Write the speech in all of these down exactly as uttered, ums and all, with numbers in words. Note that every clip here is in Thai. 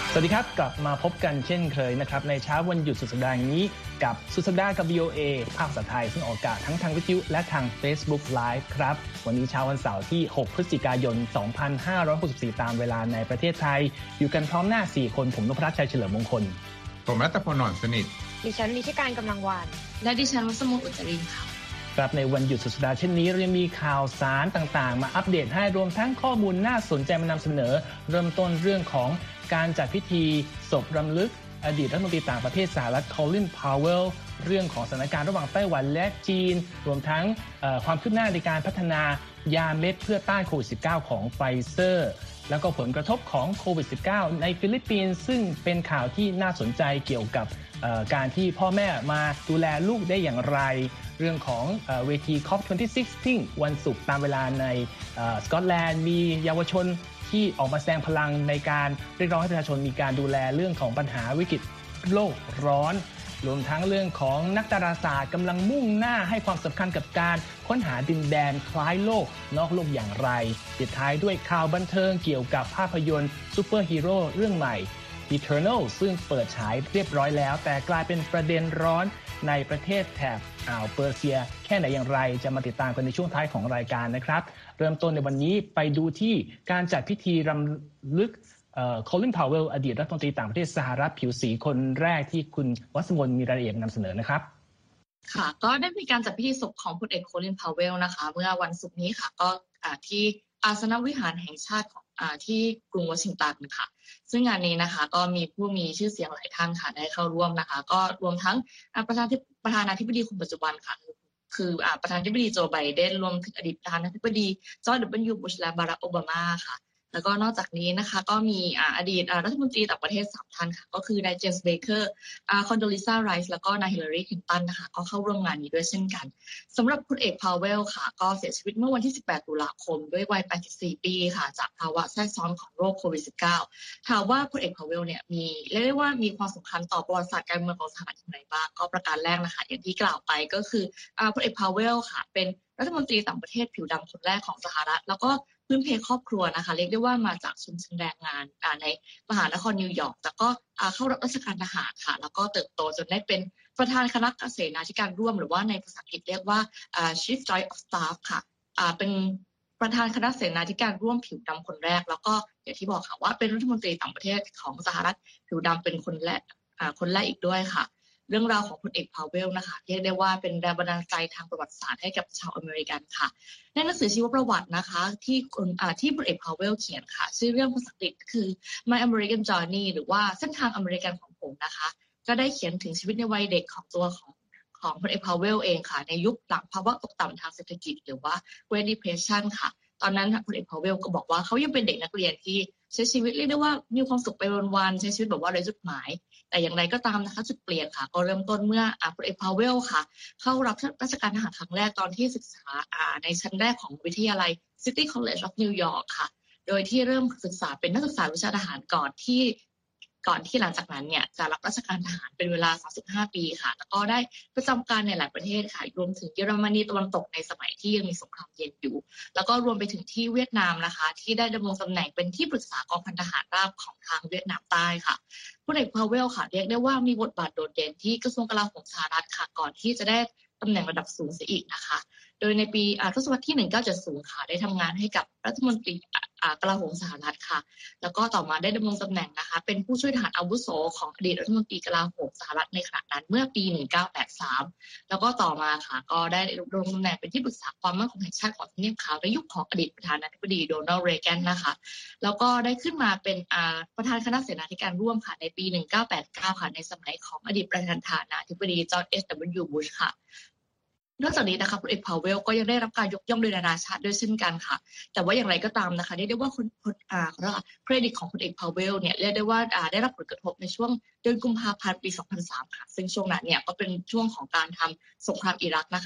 สวัสดีครับกลับมาพบกันเช่นเคยนะครับในเช้าวันหยุดสุดสัปดาห์นี้กับสุดสัปดาห์กับ วี โอ เอ ภาคภาษาไทยซึ่งออกอากาศทั้งทางวิทยุและทาง Facebook Live ครับวันนี้เช้าวันเสาร์ที่หกพฤศจิกายนสองพันห้าร้อยหกสิบสี่ตามเวลาในประเทศไทยอยู่กันพร้อมหน้าสี่คนผมนพรัตน์ชัยเฉลิมมงคลผมรัตพลหนอนสนิทดิฉันนิติการกำลังวานและดิฉันวัสมุอุจจรินค่ะครับในวันหยุดสุดสัปดาห์เช่นนี้เรายังมีข่าวสารต่างๆมาอัปเดตให้รวมทั้งข้อมูลน่าสนใจมานำเสนอเริ่มต้นเรื่องของการจัดพิธีศพรำลึกอดีตรัฐมนตรีต่างประเทศสหรัฐคอลินพาวเวลเรื่องของสถานการณ์ระหว่างไต้หวันและจีนรวมทั้งความคืบหน้าในการพัฒนายาเม็ดเพื่อต้านโควิด สิบเก้า ของไฟเซอร์แล้วก็ผลกระทบของโควิด สิบเก้า ในฟิลิปปินส์ซึ่งเป็นข่าวที่น่าสนใจเกี่ยวกับการที่พ่อแม่มาดูแลลูกได้อย่างไรเรื่องของเวที ซี โอ พี ยี่สิบหก ที่วันศุกร์ตามเวลาในสกอตแลนด์มีเยาวชนที่ออกมาแสดงพลังในการเรียกร้องให้ประชาชนมีการดูแลเรื่องของปัญหาวิกฤตโลกร้อนรวมทั้งเรื่องของนักดาราศาสตร์กำลังมุ่งหน้าให้ความสำคัญกับการค้นหาดินแดนคล้ายโลกนอกโลกอย่างไรปิดท้ายด้วยข่าวบันเทิงเกี่ยวกับภาพยนตร์ซูเปอร์ฮีโร่เรื่องใหม่ Eternal ซึ่งเปิดฉายเรียบร้อยแล้วแต่กลายเป็นประเด็นร้อนในประเทศแถบอ่าวเปอร์เซียแค่ไหนอย่างไรจะมาติดตามกันในช่วงท้ายของรายการนะครับเริ่มต้นในวันนี้ไปดูที่การจัดพิธีรำลึกคอลิน พาวเวลอดีตรัฐมนตรีต่างประเทศสหรัฐผิวสีคนแรกที่คุณวัสมนมีรายละเอียดนำเสนอนะครับค่ะก็ได้มีการจัดพิธีศพของพลเอกโคลิน พาวเวลนะคะเมื่อวันศุกร์นี้ค่ะก็ที่อาสนวิหารแห่งชาติของที่กรุงวอชิงตันค่ะซึ่งงานนี้นะคะก็มีผู้มีชื่อเสียงหลายท่านค่ะได้เข้าร่วมนะคะก็รวมทั้งประธานประธานาธิบดีคนปัจจุบันค่ะคือประธานาธิบดีโจไบเดนรวมถึงอดีตประธานาธิบดีจอร์จ ดับเบิลยู บุชและบารัก โอบามาค่ะแล้วก็นอกจากนี้นะคะก็มีอดีตรัฐมนตรีต่างประเทศสามท่านค่ะก็คือนายเจมส์เบเกอร์คอนโดลิซาไรส์แล้วก็นายฮิลลารีคลินตันนะคะก็เข้าร่วมงานนี้ด้วยเช่นกันสำหรับพลเอกพาวเวลค่ะก็เสียชีวิตเมื่อวันที่สิบแปดตุลาคมด้วยวัยแปดสิบสี่ปีค่ะจากภาวะแทรกซ้อนของโรคโควิด สิบเก้า ถามว่าพลเอกพาวเวลเนี่ยมีเรียกได้ว่ามีความสำคัญต่อประวัติศาสตร์การเมืองของสหรัฐอย่างไรบ้างก็ประการแรกนะคะอย่างที่กล่าวไปก็คือพลเอกพาวเวลค่ะเป็นรัฐมนตรีต่างประเทศผิวดำคนแรกของสหรัฐแล้วก็พื้นเพครอบครัวนะคะเรียกได้ว่ามาจากชนชั้นแรงงานในมหานครนิวยอร์กแต่ก็เข้ารับราชการทหารค่ะแล้วก็เติบโตจนได้เป็นประธานคณะเสนาธิการร่วมหรือว่าในภาษาอังกฤษเรียกว่า Chief Joint of Staff ค่ะเป็นประธานคณะเสนาธิการร่วมผิวดำคนแรกแล้วก็อย่างที่บอกค่ะว่าเป็นรัฐมนตรีต่างประเทศของสหรัฐผิวดำเป็นคนแรกคนแรกอีกด้วยค่ะเรื่องราวของพลเอกพาวเวลนะคะเรียกได้ว่าเป็นแรงบันดาลใจทางประวัติศาสตร์ให้กับชาวอเมริกันค่ะในหนังสือชีวประวัตินะคะที่คนที่พลเอกพาวเวลเขียนค่ะชื่อเรื่องภาษาอังกฤษคือ My American Journey หรือว่าเส้นทางอเมริกันของผมนะคะก็ได้เขียนถึงชีวิตในวัยเด็กของตัวของของพลเอกพาวเวลเองค่ะในยุคหลังภาวะตกต่ำทางเศรษฐกิจหรือว่า Great Depression ค่ะตอนนั้นพลเอกพาวเวลก็บอกว่าเขายังเป็นเด็กนักเรียนที่ใช้ชีวิตเรียกได้ว่ามีความสุขไปวันๆใช้ชีวิตแบบว่าไร้จุดหมายแต่อย่างไรก็ตามนะคะจุดเปลี่ยนค่ะก็เริ่มต้นเมื่อพลเอกพาวเวลค่ะเข้ารับราชการทหารครั้งแรกตอนที่ศึกษาในชั้นแรกของวิทยาลัย City College of New York ค่ะโดยที่เริ่มศึกษาเป็นนักศึกษาวิชาทหารก่อนที่ก่อนที่หลังจากนั้นเนี่ยจะรับราชการทหารเป็นเวลาสามสิบห้าปีค่ะแล้วก็ได้ประจำการในหลายประเทศค่ะรวมถึงเยอรมนีตะวันตกในสมัยที่ยังมีสงครามเย็นอยู่แล้วก็รวมไปถึงที่เวียดนามนะคะที่ได้ดำรงตำแหน่งเป็นที่ปรึกษากองพันทหารราบของทางเวียดนามใต้ค่ะพลเอกพาวเวลค่ะเรียกได้ว่ามีบทบาทโดดเด่นที่กระทรวงกลาโหมสหรัฐค่ะก่อนที่จะได้ตำแหน่งระดับสูงเสียอีกนะคะโดยในปีทศวรรษที่หนึ่งพันเก้าร้อยเจ็ดสิบค่ะได้ทำงานให้กับรัฐมนตรีกลาโหมสหรัฐค่ะแล้วก็ต่อมาได้ดำรงตำแหน่งนะคะเป็นผู้ช่วยทหารอาวุโสของอดีตรัฐมนตรีกลาโหมสหรัฐในขณะนั้นเมื่อปีหนึ่งพันเก้าร้อยแปดสิบสามแล้วก็ต่อมาค่ะก็ได้ดำรงตำแหน่งเป็นที่ปรึกษาความมั่นคงแห่งชาติของทำเนียบขาวในยุคของอดีตประธานาธิบดีโดนัลด์ เรแกนนะคะแล้วก็ได้ขึ้นมาเป็นประธานคณะเสนาธิการร่วมค่ะในปีหนึ่งพันเก้าร้อยแปดสิบเก้าค่ะในสมัยของอดีตประธานาธิบดีจอร์จ เอส ดับเบิลยู บุชค่ะนอกจากนี้นะคะพลเอกพาวเวลก็ยังได้รับการยกย่องโดยนานาชาติด้วยเช่นกันค่ะแต่ว่าอย่างไรก็ตามนะคะเรียกได้ว่าคนอ่าเครดิตของพลเอกพาวเวลเนี่ยเรียกได้ว่าได้รับผลกระทบในช่วงเดือนกุมภาพันธ์ปีสองพันสามค่ะซึ่งช่วงนั้นเนี่ยก็เป็นช่วงของการทำสงครามอิรักนะคะ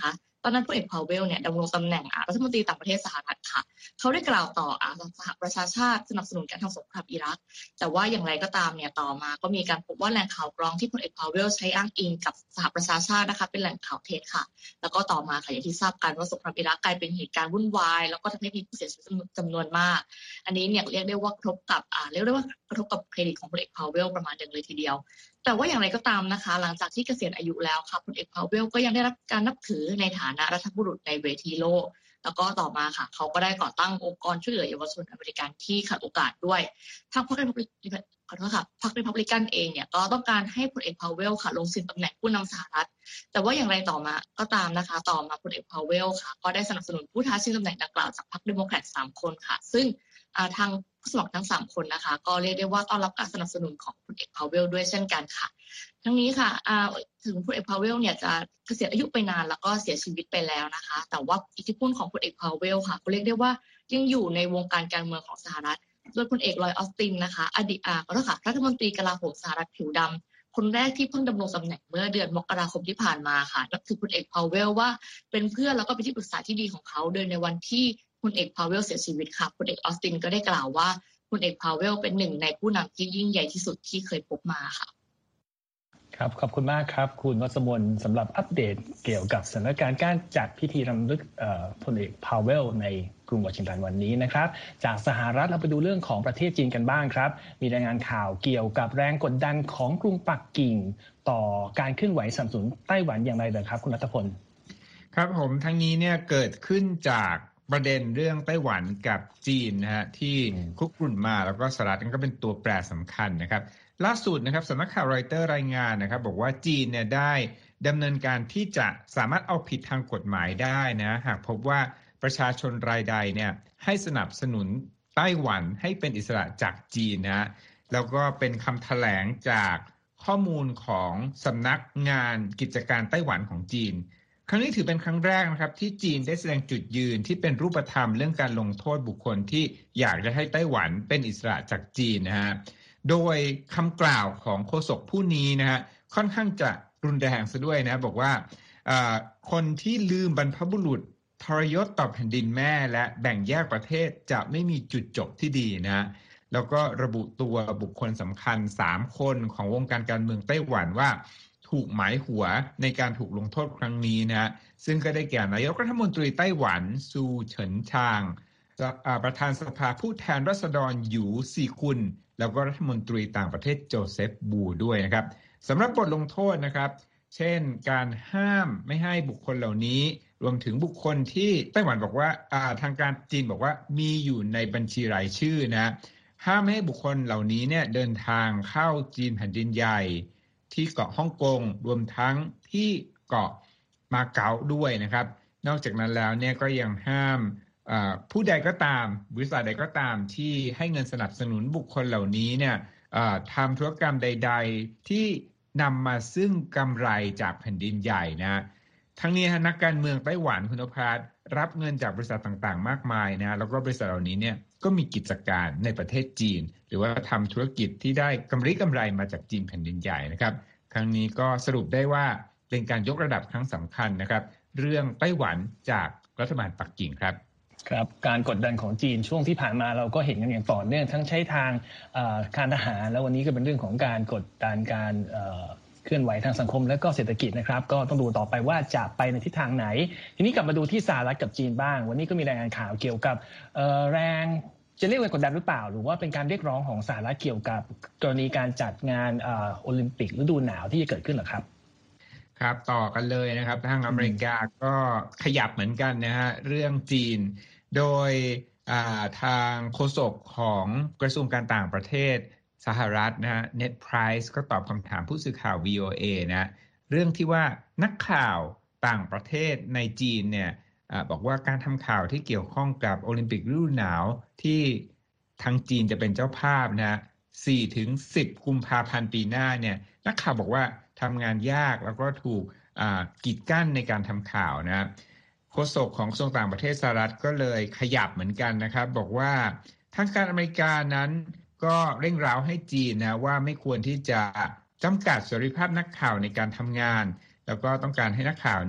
ตอนนั้นพลเอกพาวเวลเนี่ยดำรงตำแหน่งรัฐมนตรีต่างประเทศสหรัฐค่ะเขาได้กล่าวต่อสหประชาชาติสนับสนุนการทำสงครามอิรักแต่ว่าอย่างไรก็ตามเนี่ยต่อมาก็มีการพบว่าแหล่งข่าวกรองที่พลเอกพาวเวลใช้อ้างอิงกับสหประชาชาตินะคะเป็นแหล่งข่าวเท็จค่ะแล้วก็ต่อมาค่ะอย่างที่ทราบกันว่าสงครามอิรักกลายเป็นเหตุการณ์วุ่นวายแล้วก็ทำให้มีผู้เสียชีวิตจำนวนมากอันนี้เนี่ยเรียกได้ว่ากระทบกับอ่าเรียกได้ว่ากระทบกับเครดิตของพลเอกพาวเวลประมาณหนึ่งเลยทีเดียวแต่ว่าอย่างไรก็ตามนะคะหลังจากที่เกษียณอายุแล้วค่ะพลเอกพาวเวลก็ยังได้รับการนับถือในฐานะรัฐบุรุษในเวทีโลกแล้วก็ต่อมาค่ะเขาก็ได้ก่อตั้งองค์กรช่วยเหลือเยาวชนอเมริกันที่ขาดโอกาสด้วยทางพรรครีพับลิกันขอโทษค่ะพรรครีพับลิกันเองเนี่ยก็ต้องการให้พลเอกพาวเวลค่ะลงชิงตำแหน่งผู้นำสหรัฐแต่ว่าอย่างไรต่อมาก็ตามนะคะต่อมาพลเอกพาวเวลค่ะก็ได้สนับสนุนผู้ท้าชิงตำแหน่งดังกล่าวจากพรรคเดโมแครตสามคนค่ะซึ่งทางผู้สมัครทั้งสามคนนะคะก็เรียกได้ว่าต้อนรับการสนับสนุนของพลเอกพาวเวลด้วยเช่นกันค่ะทั้งนี้ค่ะถึงพลเอกพาวเวลเนี่ยจะเกษียณอายุไปนานแล้วก็เสียชีวิตไปแล้วนะคะแต่ว่าอิทธิพลของพลเอกพาวเวลค่ะก็เรียกได้ว่ายังอยู่ในวงการการเมืองของสหรัฐโดยพลเอกลอยออสตินนะคะอดีตอ่าขอโทษค่ะรัฐมนตรีกลาโหมสหรัฐผิวดำคนแรกที่เพิ่งดำรงตำแหน่งเมื่อเดือนมกราคมที่ผ่านมาค่ะนับถือพลเอกพาวเวลว่าเป็นเพื่อนแล้วก็เป็นที่ปรึกษาที่ดีของเขาโดยในวันที่พลเอกพาวเวลเสียชีวิตค่ะพลเอกออสตินก็ได้กล่าวว่าพลเอกพาวเวลเป็นหนึ่งในผู้นำที่ยิ่งใหญ่ที่สุดที่เคยพบมาค่ะครับขอบคุณมากครับคุณวัชมนสำหรับอัปเดตเกี่ยวกับสถานการณ์การจัดพิธีรำลึกพลเอกพาวเวลในกรุงวอชิงตันวันนี้นะครับจากสหรัฐเราไปดูเรื่องของประเทศจีนกันบ้างครับมีรายงานข่าวเกี่ยวกับแรงกดดันของกรุงปักกิ่งต่อการเคลื่อนไหวสนับสนุนไต้หวันอย่างไรเลยครับคุณณัฐพลครับผมทั้งนี้เนี่ยเกิดขึ้นจากประเด็นเรื่องไต้หวันกับจีนนะฮะที่คุกรุ่นมาแล้วก็สหรัฐก็เป็นตัวแปรสำคัญนะครับล่าสุดนะครับสำนักข่าวรอยเตอร์รายงานนะครับบอกว่าจีนเนี่ยได้ดำเนินการที่จะสามารถเอาผิดทางกฎหมายได้นะหากพบว่าประชาชนรายใดเนี่ยให้สนับสนุนไต้หวันให้เป็นอิสระจากจีนนะแล้วก็เป็นคำแถลงจากข้อมูลของสำนักงานกิจการไต้หวันของจีนครั้งนี้ถือเป็นครั้งแรกนะครับที่จีนได้แสดงจุดยืนที่เป็นรูปธรรมเรื่องการลงโทษบุคคลที่อยากจะให้ไต้หวันเป็นอิสระจากจีนนะฮะโดยคำกล่าวของโฆษกผู้นี้นะฮะค่อนข้างจะรุนแรงซะด้วยนะบอกว่าคนที่ลืมบรรพบุรุษทรยศต่อแผ่นดินแม่และแบ่งแยกประเทศจะไม่มีจุดจบที่ดีนะแล้วก็ระบุตัวบุคคลสำคัญสามคนของวงการการเมืองไต้หวันว่าถูกหมายหัวในการถูกลงโทษครั้งนี้นะซึ่งก็ได้แก่นายกรัฐมนตรีไต้หวันซูเฉินชางประธานสภาผู้แทนราษฎรหยูซีคุนแล้วก็รัฐมนตรีต่างประเทศโจเซฟบูด้วยนะครับสำหรับบทลงโทษนะครับเช่นการห้ามไม่ให้บุคคลเหล่านี้รวมถึงบุคคลที่ไต้หวันบอกว่าทางการจีนบอกว่ามีอยู่ในบัญชีรายชื่อนะห้ามไม่ให้บุคคลเหล่านี้เนี่ยเดินทางเข้าจีนแผ่นดินใหญ่ที่เกาะฮ่องกงรวมทั้งที่เกาะมาเก๊าด้วยนะครับนอกจากนั้นแล้วเนี่ยก็ยังห้ามผู้ใดก็ตามบริษัทใดก็ตามที่ให้เงินสนับสนุนบุคคลเหล่านี้เนี่ยทำธุรกรรมใดๆที่นำมาซึ่งกำไรจากแผ่นดินใหญ่นะทั้งนี้นักการเมืองไต้หวันคุณภาพรับเงินจากบริษัทต่างๆมากมายนะแล้วก็บริษัทเหล่านี้เนี่ยก็มีกิจการในประเทศจีนหรือว่าทำธุรกิจที่ได้กำไรกำไรมาจากจีนแผ่นดินใหญ่นะครับครั้งนี้ก็สรุปได้ว่าเป็นการยกระดับครั้งสำคัญนะครับเรื่องไต้หวันจากรัฐบาลปักกิ่งครับครับการกดดันของจีนช่วงที่ผ่านมาเราก็เห็นกันอย่างต่อเนื่องทั้งใช้ทางการทหารแล้ววันนี้ก็เป็นเรื่องของการกดดันการเคลื่อนไหวทางสังคมและก็เศรษฐกิจนะครับก็ต้องดูต่อไปว่าจะไปในทิศทางไหนทีนี้กลับมาดูที่สหรัฐกับจีนบ้างวันนี้ก็มีรายงานข่าวเกี่ยวกับแรงจะเรียกว่ากดดันหรือเปล่าหรือว่าเป็นการเรียกร้องของสหรัฐเกี่ยวกับกรณีการจัดงานโอลิมปิกฤดูหนาวที่จะเกิดขึ้นหรอครับครับต่อกันเลยนะครับทางอเมริกาก็ขยับเหมือนกันนะฮะเรื่องจีนโดยทางโฆษกของกระทรวงการต่างประเทศสหรัฐนะฮะ Ned Price ก็ตอบคำถามผู้สื่อข่าว วี โอ เอ นะเรื่องที่ว่านักข่าวต่างประเทศในจีนเนี่ยบอกว่าการทำข่าวที่เกี่ยวข้องกับโอลิมปิกฤดูหนาวที่ทางจีนจะเป็นเจ้าภาพนะ สี่ถึงสิบ กุมภาพันธ์ปีหน้าเนี่ยนักข่าวบอกว่าทำงานยากแล้วก็ถูกกีดกั้นในการทำข่าวนะโฆษกของกระทรวงต่างประเทศสหรัฐก็เลยขยับเหมือนกันนะครับบอกว่าทางการอเมริกานั้นก็เร่งเร้าให้จีนนะว่าไม่ควรที่จะจำกัดเสรีภาพนักข่าวในการทำงานแล้วก็ต้องการให้นักข่าวเนี่ย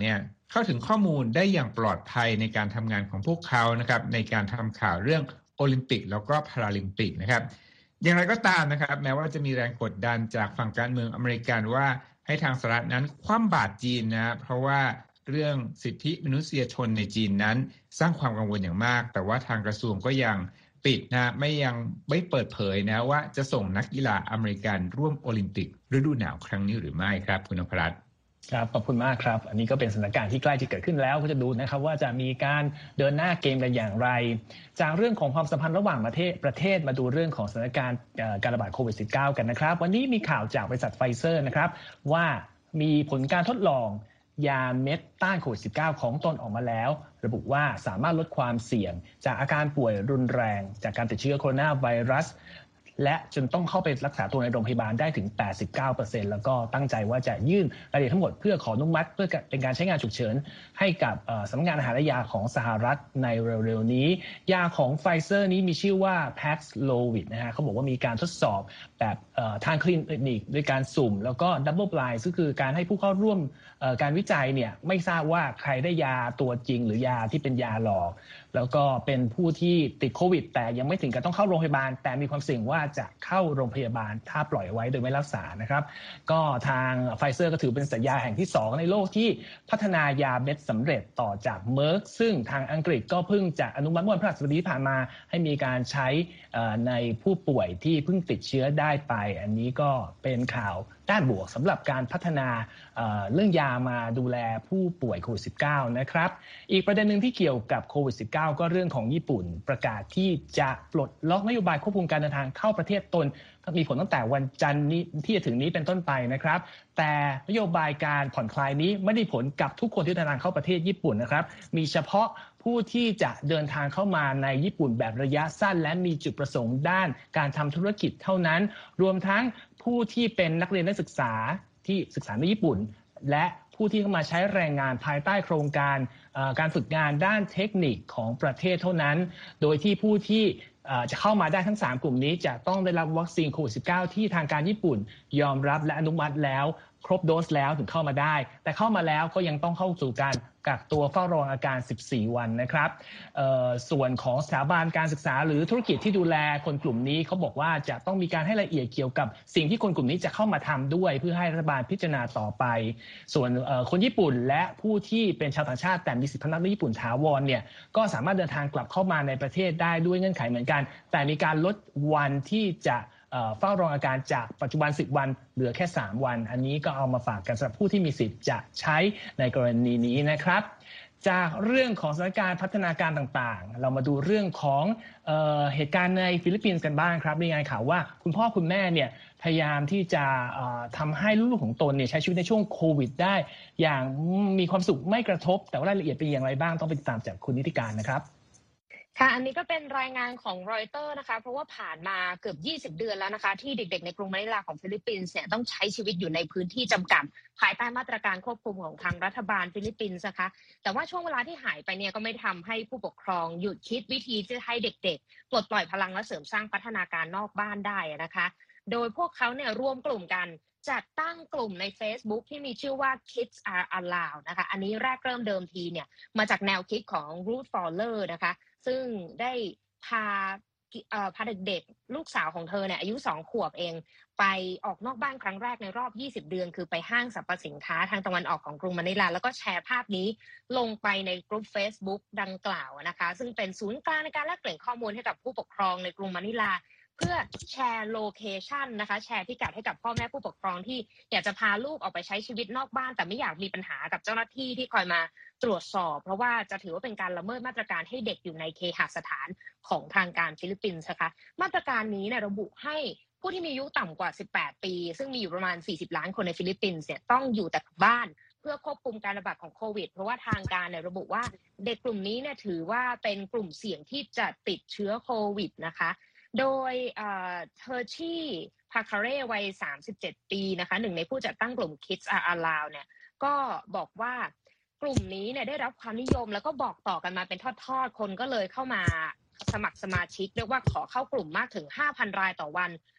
เข้าถึงข้อมูลได้อย่างปลอดภัยในการทำงานของพวกเขานะครับในการทำข่าวเรื่องโอลิมปิกแล้วก็พาราลิมปิกนะครับอย่างไรก็ตามนะครับแม้ว่าจะมีแรงกดดันจากฝั่งการเมืองอเมริกันว่าให้ทางสหรัฐนั้นคว่ำบาตรจีนนะเพราะว่าเรื่องสิทธิมนุษยชนในจีนนั้นสร้างความกังวลอย่างมากแต่ว่าทางกระทรวงก็ยังปิดนะไม่ยังไม่เปิดเผยนะว่าจะส่งนักกีฬาอเมริกันร่วมโอลิมปิกฤดูหนาวครั้งนี้หรือไม่ครับคุณนพรัตน์ครับขอบคุณมากครับอันนี้ก็เป็นสถานการณ์ที่ใกล้จะเกิดขึ้นแล้วก็จะดูนะครับว่าจะมีการเดินหน้าเกมกันอย่างไรจากเรื่องของความสัมพันธ์ระหว่างประเทศประเทศมาดูเรื่องของสถานการณ์การระบาดโควิด สิบเก้า กันนะครับวันนี้มีข่าวจากบริษัทไฟเซอร์นะครับว่ามีผลการทดลองยาเม็ดต้านโควิด สิบเก้า ของตนออกมาแล้วระบุว่าสามารถลดความเสี่ยงจากอาการป่วยรุนแรงจากการติดเชื้อโคโรนาไวรัสและจนต้องเข้าไปรักษาตัวในโรงพยาบาลได้ถึง แปดสิบเก้าเปอร์เซ็นต์ แล้วก็ตั้งใจว่าจะยื่นรายละเอียดทั้งหมดเพื่อขออนุมัติเพื่อเป็นการใช้งานฉุกเฉินให้กับสำนักงานอาหารและยาของสหรัฐในเร็วๆนี้ยาของไฟเซอร์นี้มีชื่อว่า Paxlovid นะฮะเขาบอกว่ามีการทดสอบแบบทางคลินิกด้วยการสุ่มแล้วก็ Double Blind ซึ่งคือการให้ผู้เข้าร่วมการวิจัยเนี่ยไม่ทราบว่าใครได้ยาตัวจริงหรือยาที่เป็นยาหลอกแล้วก็เป็นผู้ที่ติดโควิดแต่ยังไม่ถึงกับต้องเข้าโรงพยาบาลแต่มีความเสี่ยงว่าจะเข้าโรงพยาบาลถ้าปล่อยไว้โดยไม่รักษานะครับก็ทางไฟเซอร์ก็ถือเป็นสัญญาแห่งที่สองในโลกที่พัฒนายาเม็ดสำเร็จต่อจากเมอร์กซึ่งทางอังกฤษก็เพิ่งจะอนุมัติเมื่อวันพฤหัสบดีที่ผ่านมาให้มีการใช้ในผู้ป่วยที่เพิ่งติดเชื้อได้ไปอันนี้ก็เป็นข่าวด้านบวกสำหรับการพัฒนาเอ่อเรื่องยามาดูแลผู้ป่วยโควิด สิบเก้า นะครับอีกประเด็นหนึ่งที่เกี่ยวกับโควิด สิบเก้า ก็เรื่องของญี่ปุ่นประกาศที่จะปลดล็อกนโยบายควบคุมการเดินทางเข้าประเทศตนมีผลตั้งแต่วันจันทร์นี้ที่จะถึงนี้เป็นต้นไปนะครับแต่นโยบายการผ่อนคลายนี้ไม่ได้ผลกับทุกคนที่เดินทางเข้าประเทศญี่ปุ่นนะครับมีเฉพาะผู้ที่จะเดินทางเข้ามาในญี่ปุ่นแบบระยะสั้นและมีจุดประสงค์ด้านการทำธุรกิจเท่านั้นรวมทั้งผู้ที่เป็นนักเรียนนักศึกษาที่ศึกษาในญี่ปุ่นและผู้ที่เข้ามาใช้แรงงานภายใต้โครงการการฝึกงานด้านเทคนิคของประเทศเท่านั้นโดยที่ผู้ที่จะเข้ามาได้ทั้งสามกลุ่มนี้จะต้องได้รับวัคซีนโควิด สิบเก้า ที่ทางการญี่ปุ่นยอมรับและอนุมัติแล้วครบโดสแล้วถึงเข้ามาได้แต่เข้ามาแล้วก็ยังต้องเข้าสู่การกักตัวเฝ้าระวังอาการสิบสี่วันนะครับส่วนของสถาบันการศึกษาหรือธุรกิจที่ดูแลคนกลุ่มนี้เขาบอกว่าจะต้องมีการให้ละเอียดเกี่ยวกับสิ่งที่คนกลุ่มนี้จะเข้ามาทำด้วยเพื่อให้รัฐบาลพิจารณาต่อไปส่วนคนญี่ปุ่นและผู้ที่เป็นชาวต่างชาติแต่มีสิทธิพำนักในญี่ปุ่นถาวรเนี่ยก็สามารถเดินทางกลับเข้ามาในประเทศได้ด้วยเงื่อนไขเหมือนกันแต่มีการลดวันที่จะเฝ้าระวังอาการจากปัจจุบันสิบวันเหลือแค่สามวันอันนี้ก็เอามาฝากกันสำหรับผู้ที่มีสิทธิ์จะใช้ในกรณีนี้นะครับจากเรื่องของสถานการณ์พัฒนาการต่างๆเรามาดูเรื่องของเอ่อเหตุการณ์ในฟิลิปปินส์กันบ้างครับมีรายงานข่าวว่าคุณพ่อคุณแม่เนี่ยพยายามที่จะทำให้ลูกๆของตนเนี่ยใช้ชีวิตในช่วงโควิดได้อย่างมีความสุขไม่กระทบแต่ว่ารายละเอียดเป็นอย่างไรบ้างต้องไปติดตามจากคุณนิติการนะครับค่ะอันนี้ก็เป็นรายงานของรอยเตอร์นะคะเพราะว่าผ่านมาเกือบยี่สิบเดือนแล้วนะคะที่เด็กๆในกรุงมะนิลาของฟิลิปปินส์เนี่ยต้องใช้ชีวิตอยู่ในพื้นที่จำกัดภายใต้มาตรการควบคุมของทางรัฐบาลฟิลิปปินส์นะคะแต่ว่าช่วงเวลาที่หายไปเนี่ยก็ไม่ทำให้ผู้ปกครองหยุดคิดวิธีที่ให้เด็กๆปลดปล่อยพลังและเสริมสร้างพัฒนาการนอกบ้านได้นะคะโดยพวกเขาเนี่ยรวมกลุ่มกันจัดตั้งกลุ่มใน Facebook ที่มีชื่อว่า Kids Are Allowed นะคะอันนี้แรกเริ่มเดิมทีเนี่ยมาจากแนวคิดของ Ruth Fowler นะคะซึ่งได้พาเอ่อพาเด็กๆลูกสาวของเธอเนี่ยอายุสองขวบเองไปออกนอกบ้านครั้งแรกในรอบยี่สิบเดือนคือไปห้างสรรพสินค้าทางตะวันออกของกรุงมะนิลาแล้วก็แชร์ภาพนี้ลงไปในกลุ่ม Facebook ดังกล่าวนะคะซึ่งเป็นศูนย์กลางในการแลกเปลี่ยนข้อมูลให้กับผู้ปกครองในกรุงมะนิลาเพื่อแชร์โลเคชันนะคะแชร์พิกัดให้กับพ่อแม่ผู้ปกครองที่อยากจะพาลูกออกไปใช้ชีวิตนอกบ้านแต่ไม่อยากมีปัญหากับเจ้าหน้าที่ที่คอยมาตรวจสอบเพราะว่าจะถือว่าเป็นการละเมิดมาตรการให้เด็กอยู่ในเคหสถานของทางการฟิลิปปินส์นะคะมาตรการนี้เนี่ยระบุให้ผู้ที่มีอายุต่ำกว่าสิบแปดปีซึ่งมีอยู่ประมาณสี่สิบล้านคนในฟิลิปปินส์เนี่ยต้องอยู่แต่บ้านเพื่อควบคุมการระบาดของโควิดเพราะว่าทางการเนี่ยระบุว่าเด็กกลุ่มนี้เนี่ยถือว่าเป็นกลุ่มเสี่ยงที่จะติดเชื้อโควิดนะคะโดยเทอร์ชี่พาคาเร่วัยสามสิบเจ็ดปีนะคะหนึ่งในผู้จัดตั้งกลุ่ม Kids Are Allowed เนี่ยก็บอกว่ากลุ่มนี้เนี่ยได้รับความนิยมแล้วก็บอกต่อกันมาเป็นทอดๆคนก็เลยเข้ามาสมัครสมาชิกเรียกว่าขอเข้ากลุ่มมากถึง ห้าพัน รายต่อวัน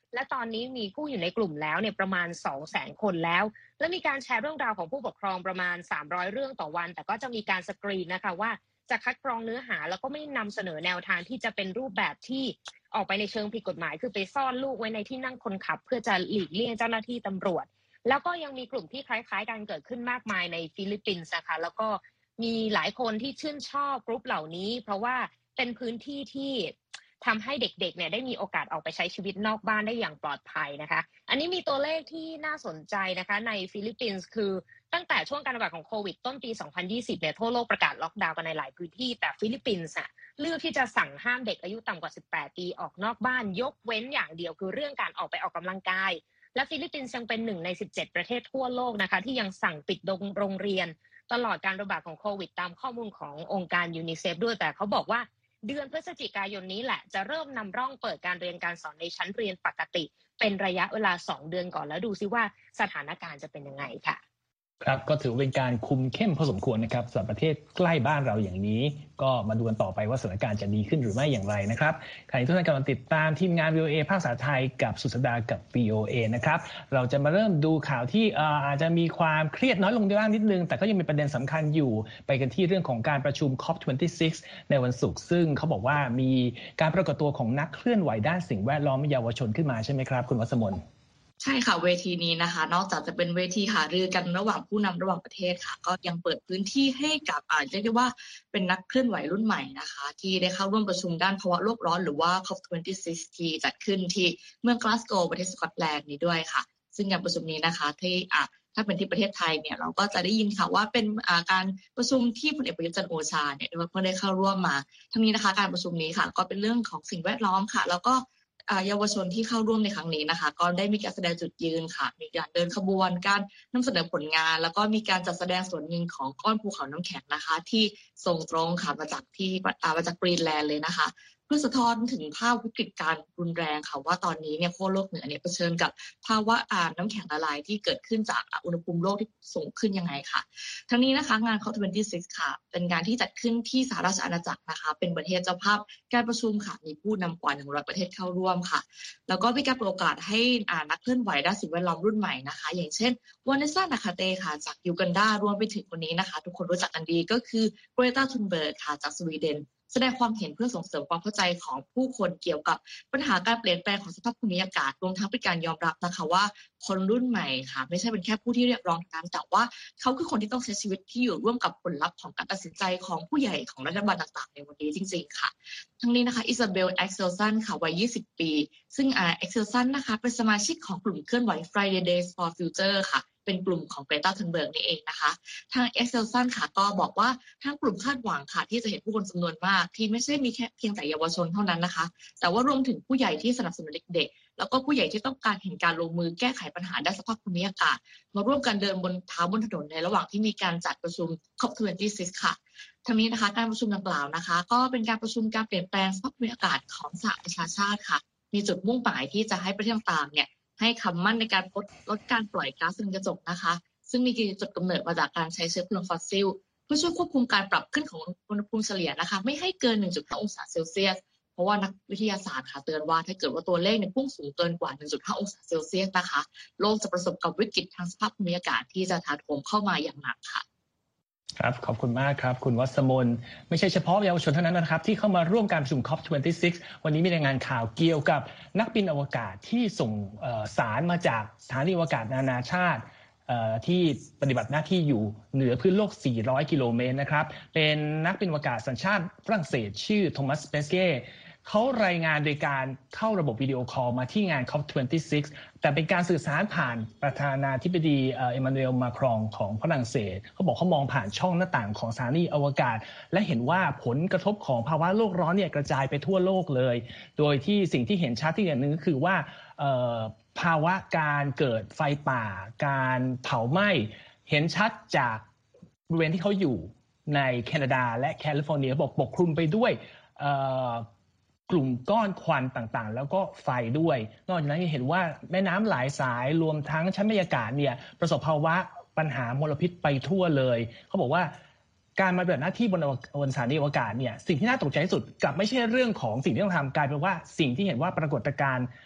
และตอนนี้มีผู้อยู่ในกลุ่มแล้วเนี่ยประมาณ สองแสน คนแล้วและมีการแชร์เรื่องราวของผู้ปกครองประมาณสามร้อยเรื่องต่อวันแต่ก็จะมีการสกรีนนะคะว่าจะคัดกรองเนื้อหาแล้วก็ไม่นำเสนอแนวทางที่จะเป็นรูปแบบที่ออกไปในเชิงผิดกฎหมายคือไปซ่อนลูกไว้ในที่นั่งคนขับเพื่อจะหลีกเลี่ยงเจ้าหน้าที่ตำรวจแล้วก็ยังมีกลุ่มที่คล้ายๆกันเกิดขึ้นมากมายในฟิลิปปินส์นะคะแล้วก็มีหลายคนที่ชื่นชอบกลุ่มเหล่านี้เพราะว่าเป็นพื้นที่ที่ทำให้เด็กๆเนี่ยได้มีโอกาสออกไปใช้ชีวิตนอกบ้านได้อย่างปลอดภัยนะคะอันนี้มีตัวเลขที่น่าสนใจนะคะในฟิลิปปินส์คือตั้งแต่ช่วงการระบาดของโควิดต้นปีสองพันยี่สิบเนี่ยทั่วโลกประกาศล็อกดาวน์กันในหลายพื้นที่แต่ฟิลิปปินส์อะเลือกที่จะสั่งห้ามเด็กอายุต่ำกว่าสิบแปดปีออกนอกบ้านยกเว้นอย่างเดียวคือเรื่องการออกไปออกกำลังกายและฟิลิปปินส์ยังเป็นหนึ่งในสิบเจ็ดประเทศทั่วโลกนะคะที่ยังสั่งปิดโรงเรียนตลอดการระบาดของโควิดตามข้อมูลขององค์การยูนิเซฟด้วยแต่เขาบอกว่าเดือนพฤศจิกายนนี้แหละจะเริ่มนำร่องเปิดการเรียนการสอนในชั้นเรียนปกติเป็นระยะเวลาสองเดือนก่อนแล้วดูซิว่าสถานการณ์จะเป็นยังไงค่ะครับก็ถือเป็นการคุมเข้มพอสมควรนะครับสำหรับประเทศใกล้บ้านเราอย่างนี้ก็มาดูกันต่อไปว่าสถานการณ์จะดีขึ้นหรือไม่อย่างไรนะครับใครที่ต้องการติดตามทีมงาน วี โอ เอ ภาคภาษาไทยกับสุดสัปดาห์กับ วี โอ เอ นะครับเราจะมาเริ่มดูข่าวที่อาจจะมีความเครียดน้อยลงบ้างนิดนึงแต่ก็ยังมีประเด็นสำคัญอยู่ไปกันที่เรื่องของการประชุม ซี โอ พี ยี่สิบหก ในวันศุกร์ซึ่งเขาบอกว่ามีการปรากฏตัวของนักเคลื่อนไหวด้านสิ่งแวดล้อมเยาวชนขึ้นมาใช่ไหมครับคุณวัสมนใช่ค่ะเวทีนี้นะคะนอกจากจะเป็นเวทีหารือกันระหว่างผู้นำระหว่างประเทศค่ะก็ยังเปิดพื้นที่ให้กับอ่าเรียกได้ว่าเป็นนักเคลื่อนไหวรุ่นใหม่นะคะที่ได้เข้าร่วมประชุมด้านภาวะโลกร้อนหรือว่า ซี โอ พี ยี่สิบหก ที่จัดขึ้นที่เมืองกลาสโกว์ประเทศสกอตแลนด์นี้ด้วยค่ะซึ่งการประชุมนี้นะคะที่อ่าถ้าเป็นที่ประเทศไทยเนี่ยเราก็จะได้ยินค่ะว่าเป็นอ่าการประชุมที่พลเอกประยุทธ์จันทร์โอชาเนี่ยเพิ่งได้เข้าร่วมมาทั้งนี้นะคะการประชุมนี้ค่ะก็เป็นเรื่องของสิ่งแวดล้อมค่ะแล้วก็เยาวชนที่เข้าร่วมในครั้งนี้นะคะก็ได้มีการแสดงจุดยืนค่ะมีการเดินขบวนการนำเสนอผลงานแล้วก็มีการจัดแสดงส่วนหนึ่งของก้อนภูเขาน้ำแข็งนะคะที่ส่งตรงค่ะมาจากที่มาจากกรีนแลนด์เลยนะคะเพื่อสะท้อนถึงภาพวิกฤตการรุนแรงค่ะว่าตอนนี้เนี่ยขั้วโลกเหนือเนี่ยเผชิญกับภาวะอ่าน้ำแข็งละลายที่เกิดขึ้นจากอุณหภูมิโลกที่สูงขึ้นยังไงค่ะทั้งนี้นะคะงาน ซี โอ พี ยี่สิบหก ค่ะเป็นงานที่จัดขึ้นที่สหราชอาณาจักรนะคะเป็นประเทศเจ้าภาพการประชุมค่ะมีผู้นำกว่าหนึ่งร้อยประเทศเข้าร่วมค่ะแล้วก็มีการเปิดโอกาสให้อ่านักเคลื่อนไหวด้านสิ่งแวดล้อมรุ่นใหม่นะคะอย่างเช่นวานิสซา นาคาเตค่ะจากยูกันดารวมไปถึงคนนี้นะคะทุกคนรู้จักกันดีก็คือเกรตา ทุนเบิร์กค่ะจากสวีเดนแสดงความเห็นเพื่อส่งเสริมความเข้าใจของผู้คนเกี่ยวกับปัญหาการเปลี่ยนแปลงของสภาพภูมิอากาศรวมทั้งเป็นการยอมรับนะคะว่าคนรุ่นใหม่ค่ะไม่ใช่เป็นแค่ผู้ที่เรียกร้องนั้นแต่ว่าเขาคือคนที่ต้องใช้ชีวิตที่อยู่ร่วมกับผลลัพธ์ของการตัดสินใจของผู้ใหญ่ของรัฐบาลต่างๆในวันนี้จริงๆค่ะทั้งนี้นะคะอิซาเบล แอ็กเซลสันค่ะวัยยี่สิบปีซึ่งอ่า แอ็กเซลสันนะคะเป็นสมาชิกของกลุ่มเคลื่อนไหว Fridays for Future ค่ะเป็นกลุ่มของเกรตา ทุนเบิร์กนี่เองนะคะทาง เอ็กเซลสัน ค่ะก็บอกว่าทางกลุ่มคาดหวังค่ะที่จะเห็นผู้คนจำนวนมากที่ไม่ใช่มีแค่เพียงแต่เยาวชนเท่านั้นนะคะแต่ว่ารวมถึงผู้ใหญ่ที่สนับสนุนเด็กๆแล้วก็ผู้ใหญ่ที่ต้องการเห็นการลงมือแก้ไขปัญหาด้านสภาพภูมิอากาศมาร่วมกันเดินบนเท้าบนถนนในระหว่างที่มีการจัดประชุม ซี โอ พี ยี่สิบหก ค่ะทั้งนี้นะคะการประชุมดังกล่าวนะคะก็เป็นการประชุมการเปลี่ยนแปลงสภาพภูมิอากาศของสหประชาชาติค่ะมีจุดมุ่งหมายที่จะให้ประเทศต่างๆเนี่ยให้คำมั่นในการลดการปล่อยก๊าซเรือนกระจกนะคะซึ่งมีจุดกำเนิดมาจากการใช้เชื้อเพลิงฟอสซิลเพื่อช่วยควบคุมการปรับขึ้นของอุณหภูมิเฉลี่ยนะคะไม่ให้เกิน หนึ่งจุดห้า องศาเซลเซียสเพราะว่านักวิทยาศาสตร์ค่ะเตือนว่าถ้าเกิดว่าตัวเลขเนี่ยพุ่งสูงเกินกว่า หนึ่งจุดห้า องศาเซลเซียสนะคะโลกจะประสบกับวิกฤตทางสภาพภูมิอากาศที่จะถาโถมเข้ามาอย่างหนักค่ะครับขอบคุณมากครับคุณวัสมนไม่ใช่เฉพาะเยาวชนเท่านั้นนะครับที่เข้ามาร่วมการประชุม ซี โอ พี ยี่สิบหก วันนี้มีรายงานข่าวเกี่ยวกับนักบินอวกาศที่ส่งสารมาจากสถานีอวกาศนานาชาติที่ปฏิบัติหน้าที่อยู่เหนือพื้นโลกสี่ร้อยกิโลเมตรนะครับเป็นนักบินอวกาศสัญชาติฝรั่งเศสชื่อโทมัสเปสเก้เขารายงานโดยการเข้าระบบวิดีโอคอลมาที่งาน ซี โอ พี ยี่สิบหก แต่เป็นการสื่อสารผ่านประธานาธิบดีเอ็มมานูเอล มาครองของฝรั่งเศสเขาบอกเขามองผ่านช่องหน้าต่างของสถานีอวกาศและเห็นว่าผลกระทบของภาวะโลกร้อนเนี่ยกระจายไปทั่วโลกเลยโดยที่สิ่งที่เห็นชัดที่อย่างหนึ่งก็คือว่าภาวะการเกิดไฟป่าการเผาไหม้เห็นชัดจากบริเวณที่เขาอยู่ในแคนาดาและแคลิฟอร์เนียบอกปกคลุมไปด้วยกลุ่มก้อนควันต่างๆแล้วก็ไฟด้วยนอกจากนั้นยังเห็นว่าแม่น้ำหลายสายรวมทั้งชั้นบรรยากาศเนี่ยประสบภาวะปัญหามลพิษไปทั่วเลยเขาบอกว่าการมาปฏิบัติหน้าที่บนบนสถานีอวกาศเนี่ยสิ่งที่น่าตกใจที่สุดกลับไม่ใช่เรื่องของสิ่งที่ต้องทำกลายเป็นว่าสิ่งที่เห็นว่าปรากฏการณ์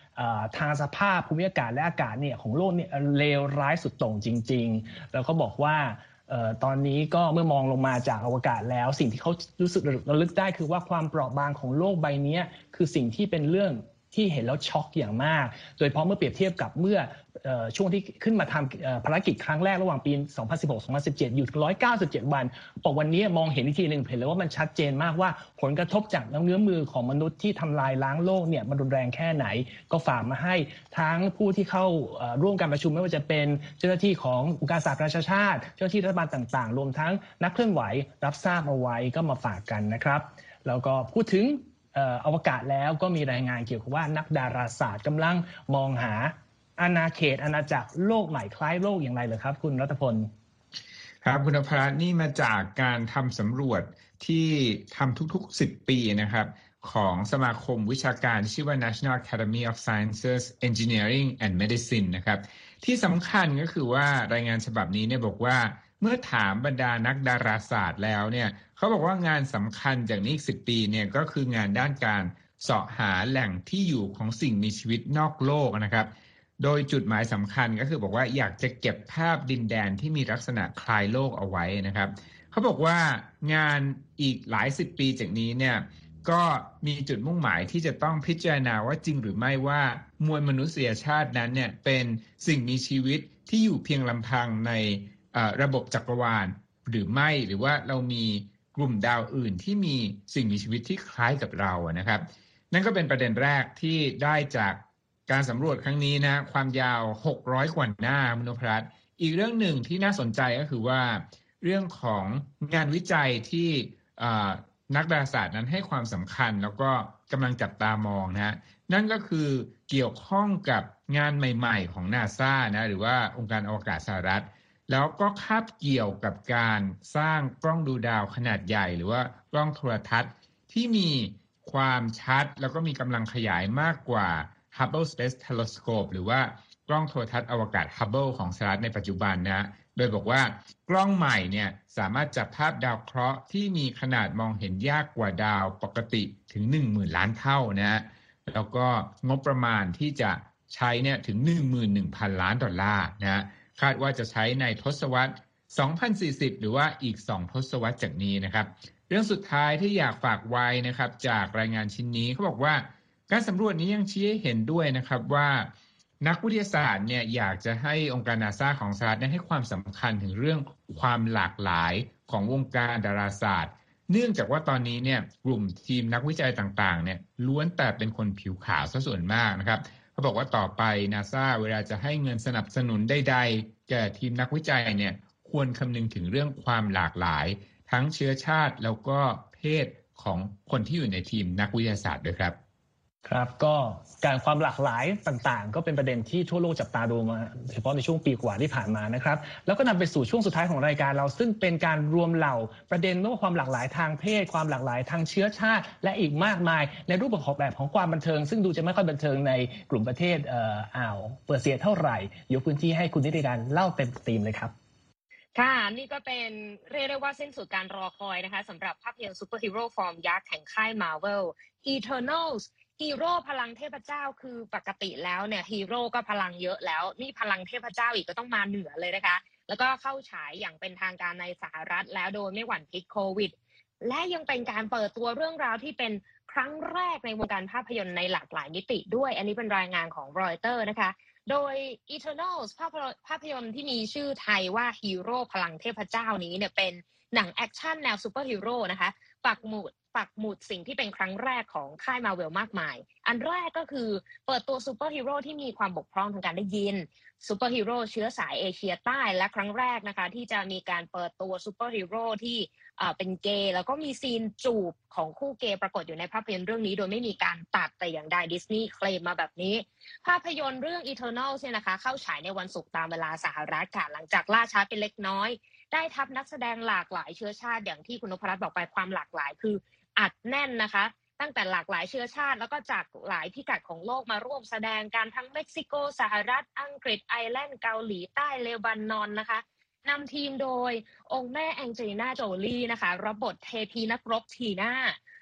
ทางสภาพภูมิอากาศและอากาศเนี่ยของโลกเนี่ยเลวร้ายสุดโต่งจริงๆแล้วก็บอกว่าตอนนี้ก็เมื่อมองลงมาจากอวกาศแล้วสิ่งที่เขารู้สึกระลึกได้คือว่าความเปราะบางของโลกใบนี้คือสิ่งที่เป็นเรื่องที่เห็นแล้วช็อกอย่างมากโดยเฉพาะเมื่อเปรียบเทียบกับเมื่อช่วงที่ขึ้นมาทำภารกิจครั้งแรกระหว่างปี สองพันสิบหก สองพันสิบเจ็ด อยู่ถึงหนึ่งร้อยเก้าสิบเจ็ด วันบอกวันนี้มองเห็นอีกทีนึงเห็นเลยว่ามันชัดเจนมากว่าผลกระทบจากเนื้อมือของมนุษย์ที่ทำลายล้างโลกเนี่ยมันรุนแรงแค่ไหนก็ฝากมาให้ทั้งผู้ที่เข้าร่วมการประชุมไม่ว่าจะเป็นเจ้าหน้าที่ขององค์การสหประชาชาติเจ้าหน้าที่รัฐบาลต่างๆรวมทั้งนักเคลื่อนไหวรับทราบเอาไว้ก็มาฝากกันนะครับแล้วก็พูดถึงอวกาศแล้วก็มีรายงานเกี่ยวกับว่านักดาราศาสตร์กำลังมองหาอาณาเขตอาณาจักรโลกใหม่คล้ายโลกอย่างไรเหรอครับคุณรัตพลครับคุณอภรัตน์นี่มาจากการทำสำรวจที่ทำทุกๆสิบปีนะครับของสมาคมวิชาการที่ชื่อว่า National Academy of Sciences, Engineering and Medicine นะครับที่สำคัญก็คือว่ารายงานฉบับนี้เนี่ยบอกว่าเมื่อถามบรรดานักดาราศาสตร์แล้วเนี่ยเขาบอกว่างานสำคัญจากนี้อีกสิบปีเนี่ยก็คืองานด้านการเสาะหาแหล่งที่อยู่ของสิ่งมีชีวิตนอกโลกนะครับโดยจุดหมายสำคัญก็คือบอกว่าอยากจะเก็บภาพดินแดนที่มีลักษณะคล้ายโลกเอาไว้นะครับเขาบอกว่างานอีกหลายสิบปีจากนี้เนี่ยก็มีจุดมุ่งหมายที่จะต้องพิจารณาว่าจริงหรือไม่ว่ามวลมนุษยชาตินั้นเนี่ยเป็นสิ่งมีชีวิตที่อยู่เพียงลำพังในระบบจักรวาลหรือไม่หรือว่าเรามีกลุ่มดาวอื่นที่มีสิ่งมีชีวิตที่คล้ายกับเรานะครับนั่นก็เป็นประเด็นแรกที่ได้จากการสำรวจครั้งนี้นะความยาวหกร้อยกว่าหน้ามนุษย์รัฐอีกเรื่องหนึ่งที่น่าสนใจก็คือว่าเรื่องของงานวิจัยที่นักดาราศาสตร์นั้นให้ความสำคัญแล้วก็กำลังจับตามองนะนั่นก็คือเกี่ยวข้องกับงานใหม่ๆของ NASA นะหรือว่าองค์การอวกาศสหรัฐแล้วก็คาบเกี่ยวกับการสร้างกล้องดูดาวขนาดใหญ่หรือว่ากล้องโทรทัศน์ที่มีความชัดแล้วก็มีกำลังขยายมากกว่า Hubble Space Telescope หรือว่ากล้องโทรทัศน์อวกาศ Hubble ของสหรัฐในปัจจุบันนะโดยบอกว่ากล้องใหม่เนี่ยสามารถจับภาพดาวเคราะห์ที่มีขนาดมองเห็นยากกว่าดาวปกติถึง หนึ่งหมื่น ล้านเท่านะแล้วก็งบประมาณที่จะใช้เนี่ยถึง หนึ่งหมื่นหนึ่งพัน ล้านดอลลาร์นะคาดว่าจะใช้ในทศวรรษ สองพันสี่สิบ หรือว่าอีกสองทศวรรษจากนี้นะครับเรื่องสุดท้ายที่อยากฝากไว้นะครับจากรายงานชิ้นนี้เขาบอกว่าการสำรวจนี้ยังชี้ให้เห็นด้วยนะครับว่านักวิทยาศาสตร์เนี่ยอยากจะให้องค์การ NASA ของสหรัฐให้ความสำคัญถึงเรื่องความหลากหลายของวงการดาราศาสตร์เนื่องจากว่าตอนนี้เนี่ยกลุ่มทีมนักวิจัยต่างๆเนี่ยล้วนแต่เป็นคนผิวขาวซะส่วนมากนะครับเขาบอกว่าต่อไป NASA เวลาจะให้เงินสนับสนุนใดๆแก่ทีมนักวิจัยเนี่ยควรคำนึงถึงเรื่องความหลากหลายทั้งเชื้อชาติแล้วก็เพศของคนที่อยู่ในทีมนักวิทยาศาสตร์ด้วยครับครับก็การความหลากหลายต่างๆก็เป็นประเด็นที่ทั่วโลกจับตาดูมาเฉพาะในช่วงปีกว่าที่ผ่านมานะครับแล้วก็นำไปสู่ช่วงสุดท้ายของรายการเราซึ่งเป็นการรวมเหล่าประเด็นไม่ว่าความหลากหลายทางเพศความหลากหลายทางเชื้อชาติและอีกมากมายในรูปแบบแบบของความบันเทิงซึ่งดูจะไม่ค่อยบันเทิงในกลุ่มประเทศเอ่ออ่าวเปอร์เซียเท่าไหร่ยกพื้นที่ให้คุณนิติการเล่าเต็มธีมเลยครับค่ะนี่ก็เป็นเรียกได้ว่าสิ้นสุดการรอคอยนะคะสำหรับภาพยนตร์ซูเปอร์ฮีโร่ฟอร์มยักษ์แห่งค่าย Marvel Eternals ฮีโร่พลังเทพเจ้าคือปกติแล้วเนี่ยฮีโร่ก็พลังเยอะแล้วนี่พลังเทพเจ้าอีกก็ต้องมาเหนือเลยนะคะแล้วก็เข้าฉายอย่างเป็นทางการในสหรัฐแล้วโดยไม่หวั่นพิษโควิดและยังเป็นการเปิดตัวเรื่องราวที่เป็นครั้งแรกในวงการภาพยนตร์ในหลากหลายมิติด้วยอันนี้เป็นรายงานของรอยเตอร์นะคะโดย Eternals ภาพยนตร์ที่มีชื่อไทยว่าฮีโร่พลังเทพเจ้านี้เนี่ยเป็นหนังแอคชั่นแนวซูเปอร์ฮีโร่นะคะปักหมุดปักหมุดสิ่งที่เป็นครั้งแรกของค่าย Marvel มากมายอันแรกก็คือเปิดตัวซูเปอร์ฮีโร่ที่มีความบกพร่องทางการได้ยินซูเปอร์ฮีโร่เชื้อสายเอเชียใต้และครั้งแรกนะคะที่จะมีการเปิดตัวซูเปอร์ฮีโร่ที่เป็นเกย์แล้วก็มีซีนจูบของคู่เกย์ปรากฏอยู่ในภาพยนตร์เรื่องนี้โดยไม่มีการตัดแต่อย่างใดดิสนีย์เคลมมาแบบนี้ภาพยนตร์เรื่อง Eternals เนี่ยนะคะเข้าฉายในวันศุกร์ตามเวลาสหรัฐค่ะหลังจากล่าช้าเป็นเล็กน้อยได้ทับนักแสดงหลากหลายเชื้อชาติอย่างที่คุณนพรัตน์บอกไปความหลากหลายคืออัดแน่นนะคะตั้งแต่หลากหลายเชื้อชาติแล้วก็จากหลายพิกัดของโลกมาร่วมแสดงการทั้งเม็กซิโกสหรัฐอังกฤษไอร์แลนด์เกาหลีใต้เลบานอนนะคะนำทีมโดยองค์แม่แองเจลิน่าโจลีนะคะรับบทเทพีนักรบทีน่า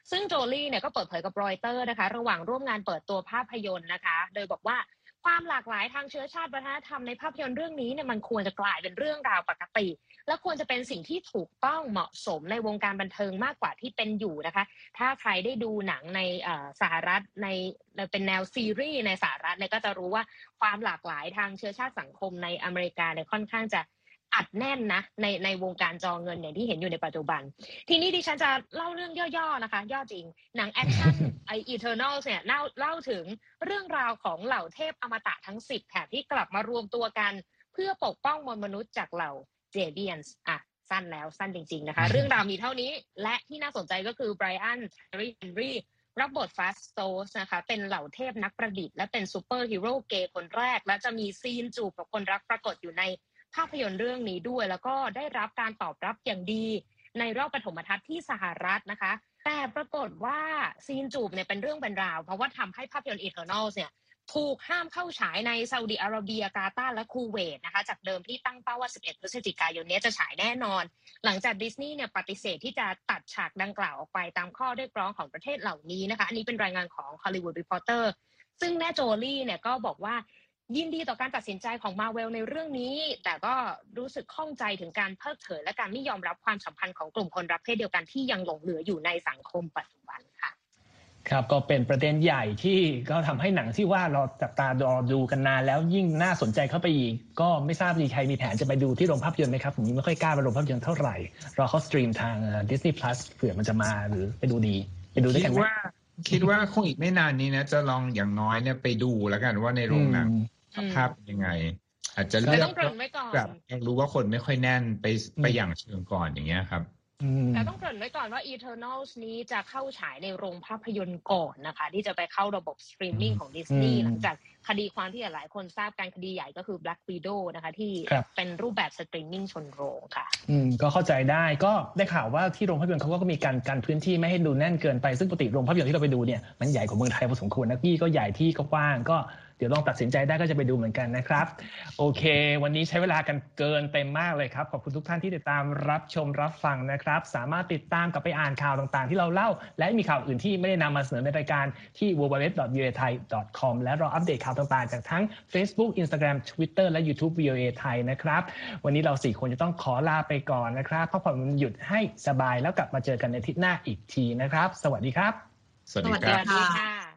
ซึ่งโจลี่เนี่ยก็เปิดเผยกับรอยเตอร์นะคะระหว่างร่วมงานเปิดตัวภาพยนตร์นะคะโดยบอกว่าความหลากหลายทางเชื้อชาติวัฒนธรรมในภาพยนตร์เรื่องนี้เนี่ยมันควรจะกลายเป็นเรื่องราวปกติและควรจะเป็นสิ่งที่ถูกต้องเหมาะสมในวงการบันเทิงมากกว่าที่เป็นอยู่นะคะถ้าใครได้ดูหนังในสหรัฐในเป็นแนวซีรีส์ในสหรัฐเนี่ยก็จะรู้ว่าความหลากหลายทางเชื้อชาติสังคมในอเมริกาเนี่ยค่อนข้างจะอัดแน่นนะในในวงการจอเงินอย่างที่เห็นอยู่ในปัจจุบันทีนี้ดิฉันจะเล่าเรื่องย่อๆนะคะย่อจริงหนังแอคชั่นไอ Eternals เนี่ยเล่าเล่าถึงเรื่องราวของเหล่าเทพอมตะทั้งสิบแถบที่กลับมารวมตัวกันเพื่อปกป้องมวลมนุษย์จากเหล่าเจเบียนส์อ่ะสั้นแล้วสั้นจริงๆนะคะเรื่องราวมีเท่านี้และที่น่าสนใจก็คือไบรอัน เฮนรี่รับบทฟาสโตสนะคะเป็นเหล่าเทพนักประดิษฐ์และเป็นซูเปอร์ฮีโร่เกย์คนแรกและจะมีซีนจูบกับคนรักปรากฏอยู่ในภาพยนตร์เรื่องนี้ด้วยแล้วก็ได้รับการตอบรับอย่างดีในรอบปฐมทัศน์ที่สหรัฐนะคะแต่ปรากฏว่าซีนจูบเนี่ยเป็นเรื่องเป็นราวเพราะว่าทำให้ภาพยนตร์ Eternals เนี่ยถูกห้ามเข้าฉายในซาอุดิอาระเบียกาตาร์และคูเวตนะคะจากเดิมที่ตั้งเป้าว่าสิบเอ็ดพฤศจิกายนนี้จะฉายแน่นอนหลังจากดิสนีย์เนี่ยปฏิเสธที่จะตัดฉากดังกล่าวออกไปตามข้อเรียกร้องของประเทศเหล่านี้นะคะอันนี้เป็นรายงานของ Hollywood Reporter ซึ่งแม่โจลี่เนี่ยก็บอกว่ายินดีต่อการตัดสินใจของ Marvel ในเรื่องนี้แต่ก็รู้สึกข้องใจถึงการเพิกเฉยและการไม่ยอมรับความสัมพันธ์ของกลุ่มคนรักเพศเดียวกันที่ยังหลงเหลืออยู่ในสังคมปัจจุบันค่ะครับก็เป็นประเด็นใหญ่ที่ก็ทำให้หนังที่ว่าเราจับตารอดูกันนานแล้วยิ่งน่าสนใจเข้าไปอีกก็ไม่ทราบมีใครมีแผนจะไปดูที่โรงภาพยนตร์ไหมครับผมยังไม่ค่อยกล้าไปโรงภาพยนตร์เท่าไหร่รอเขาสตรีมทาง Disney Plus เผื่อมันจะมาหรือไปดูดีไปดูด้วยกันไหมคิดว่าคงอีกไม่นานนี้นะจะลองอย่างน้อยเนี่ยไปดูแล้วกันว่าในโรงหนังภาพยังไงอาจจะเลือกแบบรู้ว่าคนไม่ค่อยแน่นไปไปอย่างเชิงก่อนอย่างเงี้ยครับแต่ต้องเกริ่นไว้ก่อนว่า Eternals นี้จะเข้าฉายในโรงภาพยนตร์ก่อนนะคะที่จะไปเข้าระบบสตรีมมิ่งของ Disney หลังจากคดีความที่หลายคนทราบการคดีใหญ่ก็คือ Black Widow นะคะที่เป็นรูปแบบสตรีมมิ่งชนโรงค่ะอืมก็เข้าใจได้ก็ได้ข่าวว่าที่โรงภาพยนตร์เขาก็มีการกันพื้นที่ไม่ให้ดูแน่นเกินไปซึ่งปกติโรงภาพยนตร์ที่เราไปดูเนี่ยมันใหญ่กว่าเมืองไทยพอสมควรนะพี่ก็ใหญ่ที่ก็กว้างก็เดี๋ยวลองตัดสินใจได้ก็จะไปดูเหมือนกันนะครับโอเควันนี้ใช้เวลากันเกินเต็มมากเลยครับขอบคุณทุกท่านที่ติดตามรับชมรับฟังนะครับสามารถติดตามกลับไปอ่านข่าวต่างๆที่เราเล่าและมีข่าวอื่นที่ไม่ได้นำมาเสนอในรายการที่ ดับเบิลยู ดับเบิลยู ดับเบิลยู ดอท วี โอ เอ ไทย ดอท คอม และรออัปเดตข่าวต่างๆจากทั้ง Facebook Instagram Twitter และ YouTube วี โอ เอ ไทยนะครับวันนี้เราสี่คนจะต้องขอลาไปก่อนนะครับพักผ่อนวันหยุดให้สบายแล้วกลับมาเจอกันในอาทิตย์หน้าอีกทีนะครับสวัสดีครับสวัสดีครับ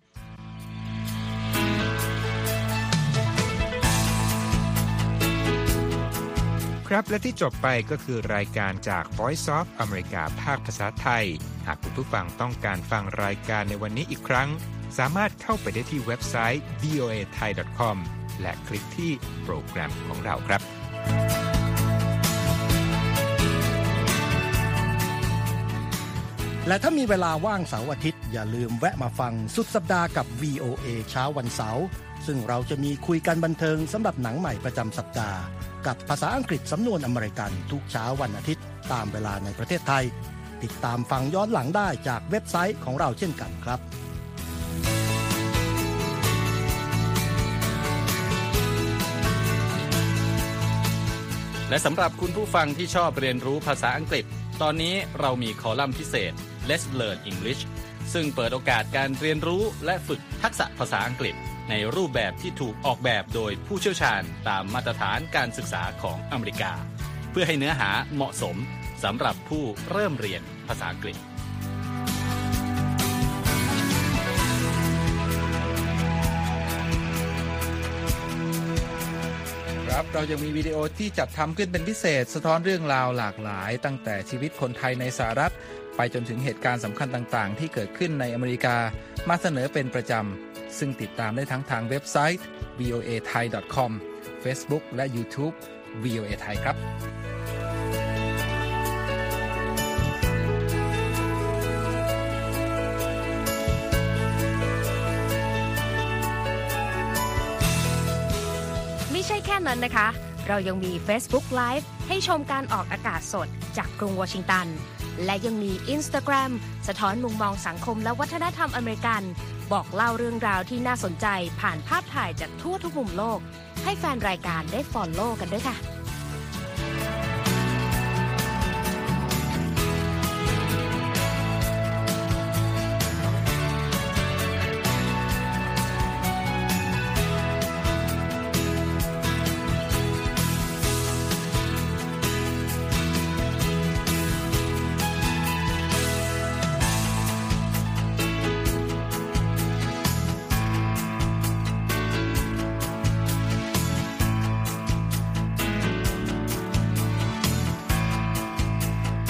ครับและที่จบไปก็คือรายการจาก Voice of America ภาคภาษาไทยหากคุณผู้ฟังต้องการฟังรายการในวันนี้อีกครั้งสามารถเข้าไปได้ที่เว็บไซต์ วี โอ เอ ไทย ดอท คอม และคลิกที่โปรแกรมของเราครับและถ้ามีเวลาว่างเสาร์อาทิตย์อย่าลืมแวะมาฟังสุดสัปดาห์กับ วี โอ เอ เช้าวันเสาร์ซึ่งเราจะมีคุยกันบันเทิงสำหรับหนังใหม่ประจำสัปดาห์กับภาษาอังกฤษสำนวนอเมริกันทุกเช้าวันอาทิตย์ตามเวลาในประเทศไทยติดตามฟังย้อนหลังได้จากเว็บไซต์ของเราเช่นกันครับและสำหรับคุณผู้ฟังที่ชอบเรียนรู้ภาษาอังกฤษตอนนี้เรามีคอลัมน์พิเศษ Let's Learn English ซึ่งเปิดโอกาสการเรียนรู้และฝึกทักษะภาษาอังกฤษในรูปแบบที่ถูกออกแบบโดยผู้เชี่ยวชาญตามมาตรฐานการศึกษาของอเมริกาเพื่อให้เนื้อหาเหมาะสมสำหรับผู้เริ่มเรียนภาษาอังกฤษครับเรายังมีวิดีโอที่จัดทำขึ้นเป็นพิเศษสะท้อนเรื่องราวหลากหลายตั้งแต่ชีวิตคนไทยในสหรัฐไปจนถึงเหตุการณ์สำคัญต่างๆที่เกิดขึ้นในอเมริกามาเสนอเป็นประจำซึ่งติดตามได้ทั้งทางเว็บไซต์ วี โอ เอ ไทย ดอท คอม Facebook และ YouTube วี โอ เอ ไทยครับไม่ใช่แค่นั้นนะคะเรายังมี Facebook Live ให้ชมการออกอากาศสดจากกรุงวอชิงตันและยังมี Instagram สะท้อนมุมมองสังคมและวัฒนธรรมอเมริกันบอกเล่าเรื่องราวที่น่าสนใจผ่านภาพถ่ายจากทั่วทุกมุมโลกให้แฟนรายการได้ follow กันด้วยค่ะ